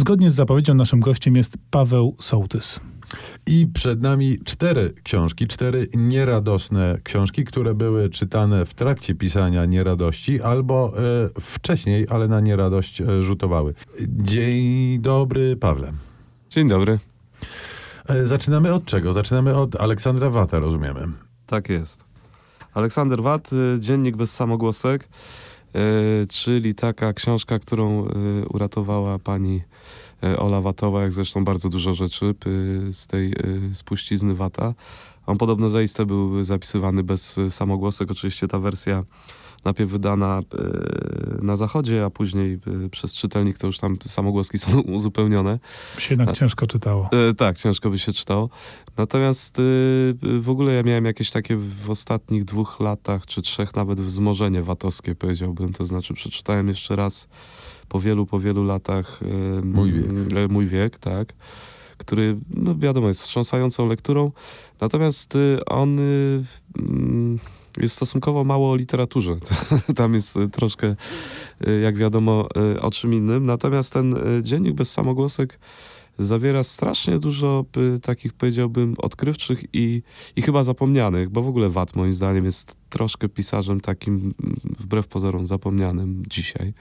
Zgodnie z zapowiedzią naszym gościem jest Paweł Sołtys. I przed nami 4 książki, 4 nieradosne książki, które były czytane w trakcie pisania nieradości albo wcześniej, ale na nieradość rzutowały. Dzień dobry, Pawle. Dzień dobry. Zaczynamy od czego? Zaczynamy od Aleksandra Wata, rozumiemy. Tak jest. Aleksander Wat, Dziennik bez samogłosek, czyli taka książka, którą uratowała pani Ola Watowa, jak zresztą bardzo dużo rzeczy z tej spuścizny Wata. On podobno zaiste był zapisywany bez samogłosek. Oczywiście ta wersja najpierw wydana na zachodzie, a później przez czytelnik to już tam samogłoski są uzupełnione. By się jednak ciężko czytało. Tak, ciężko by się czytało. Natomiast w ogóle ja miałem jakieś takie w ostatnich 2 latach, czy 3 nawet wzmożenie watowskie, powiedziałbym. To znaczy przeczytałem jeszcze raz po wielu latach Mój wiek, tak, który, no wiadomo, jest wstrząsającą lekturą. Natomiast on jest stosunkowo mało o literaturze. Tam jest troszkę, jak wiadomo, o czym innym. Natomiast ten Dziennik bez samogłosek zawiera strasznie dużo takich, powiedziałbym, odkrywczych i chyba zapomnianych, bo w ogóle Wat moim zdaniem jest troszkę pisarzem takim wbrew pozorom zapomnianym dzisiaj.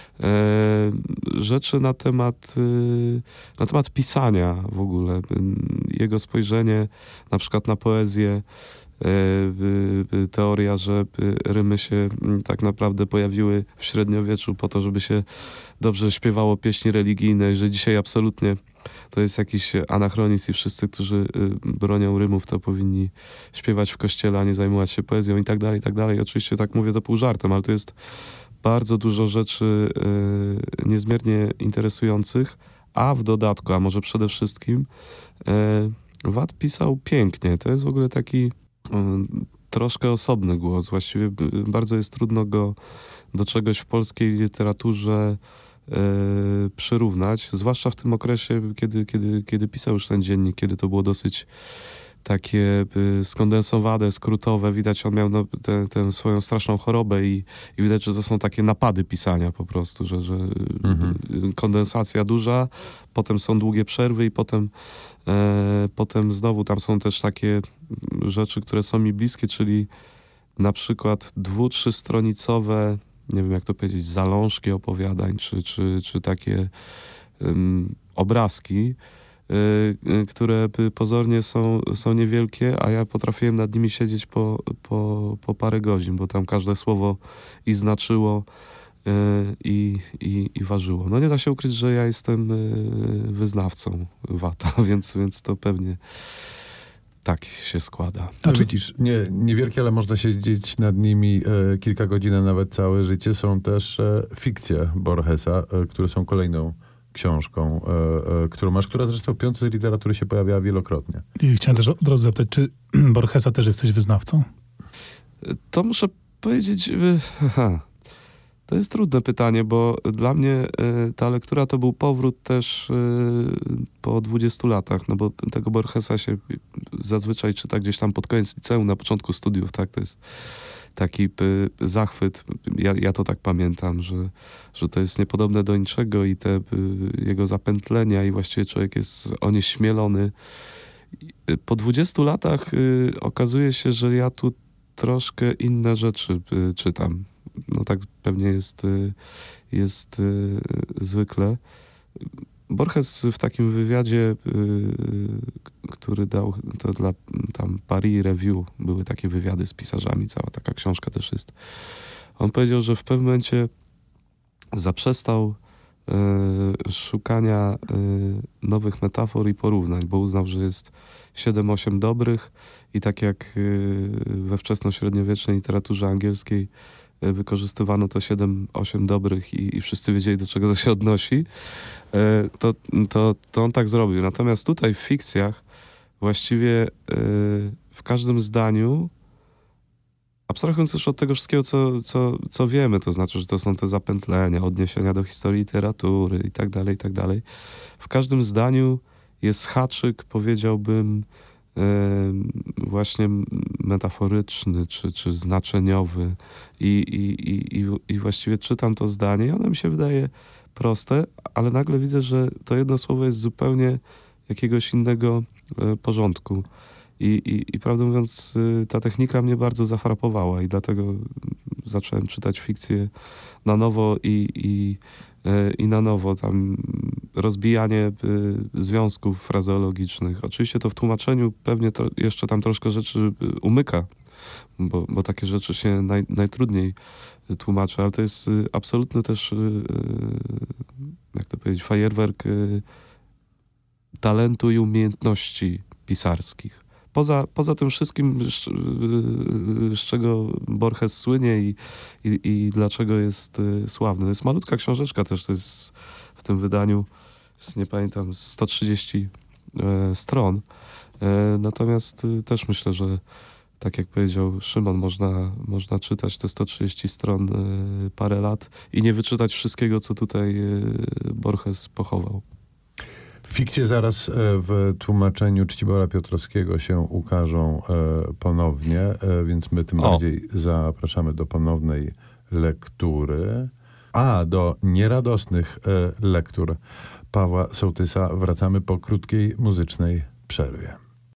Rzeczy na temat pisania w ogóle. Jego spojrzenie na przykład na poezję, teoria, że rymy się tak naprawdę pojawiły w średniowieczu po to, żeby się dobrze śpiewało pieśni religijne, że dzisiaj absolutnie to jest jakiś anachronizm i wszyscy, którzy bronią rymów, to powinni śpiewać w kościele, a nie zajmować się poezją i tak dalej, i tak dalej. Oczywiście tak mówię to pół żartem, ale to jest bardzo dużo rzeczy niezmiernie interesujących, a w dodatku, a może przede wszystkim Wat pisał pięknie. To jest w ogóle taki troszkę osobny głos. Właściwie bardzo jest trudno go do czegoś w polskiej literaturze przyrównać, zwłaszcza w tym okresie, kiedy pisał już ten dziennik, kiedy to było dosyć takie skondensowane, skrótowe. Widać, on miał tę swoją straszną chorobę i widać, że to są takie napady pisania po prostu, że kondensacja duża, potem są długie przerwy i potem znowu tam są też takie rzeczy, które są mi bliskie, czyli na przykład 2-3 stronicowe, nie wiem jak to powiedzieć, zalążki opowiadań, czy takie obrazki, które pozornie są niewielkie, a ja potrafiłem nad nimi siedzieć po parę godzin, bo tam każde słowo i znaczyło, i ważyło. No nie da się ukryć, że ja jestem wyznawcą Wata, więc to pewnie tak się składa. No widzisz, niewielkie, ale można siedzieć nad nimi kilka godzin, a nawet całe życie. Są też fikcje Borgesa, które są kolejną książką, którą masz, która zresztą w Piątce z literatury się pojawiała wielokrotnie. I chciałem też od razu zapytać, czy Borgesa też jesteś wyznawcą? To muszę powiedzieć... To jest trudne pytanie, bo dla mnie ta lektura to był powrót też po 20 latach, no bo tego Borgesa się zazwyczaj czyta gdzieś tam pod koniec liceum, na początku studiów, tak, to jest taki zachwyt, ja to tak pamiętam, że to jest niepodobne do niczego i te jego zapętlenia i właściwie człowiek jest onieśmielony. Po 20 latach okazuje się, że ja tu troszkę inne rzeczy czytam. No tak pewnie jest zwykle. Borges w takim wywiadzie, który dał to dla tam Paris Review, były takie wywiady z pisarzami, cała taka książka też jest. On powiedział, że w pewnym momencie zaprzestał szukania nowych metafor i porównań, bo uznał, że jest 7-8 dobrych i tak jak we wczesnośredniowiecznej literaturze angielskiej wykorzystywano to 7-8 dobrych i wszyscy wiedzieli, do czego to się odnosi, to on tak zrobił. Natomiast tutaj w fikcjach właściwie w każdym zdaniu, abstrahując już od tego wszystkiego, co wiemy, to znaczy, że to są te zapętlenia, odniesienia do historii literatury i tak dalej, w każdym zdaniu jest haczyk, powiedziałbym, właśnie metaforyczny czy znaczeniowy i właściwie czytam to zdanie i ono mi się wydaje proste, ale nagle widzę, że to jedno słowo jest zupełnie jakiegoś innego porządku. I prawdę mówiąc, ta technika mnie bardzo zafrapowała i dlatego zacząłem czytać fikcję na nowo i na nowo. Tam rozbijanie związków frazeologicznych. Oczywiście to w tłumaczeniu pewnie to jeszcze tam troszkę rzeczy umyka, bo takie rzeczy się najtrudniej tłumaczy, ale to jest absolutny też, jak to powiedzieć, fajerwerk talentu i umiejętności pisarskich. Poza tym wszystkim, z czego Borges słynie i dlaczego jest sławny. To jest malutka książeczka też, to jest w tym wydaniu, nie pamiętam, 130 stron. Natomiast też myślę, że tak jak powiedział Szymon, można czytać te 130 stron parę lat i nie wyczytać wszystkiego, co tutaj Borges pochował. Fikcje zaraz w tłumaczeniu Czcibora Piotrowskiego się ukażą ponownie, więc my tym bardziej zapraszamy do ponownej lektury. A do nieradosnych lektur Pawła Sołtysa wracamy po krótkiej muzycznej przerwie.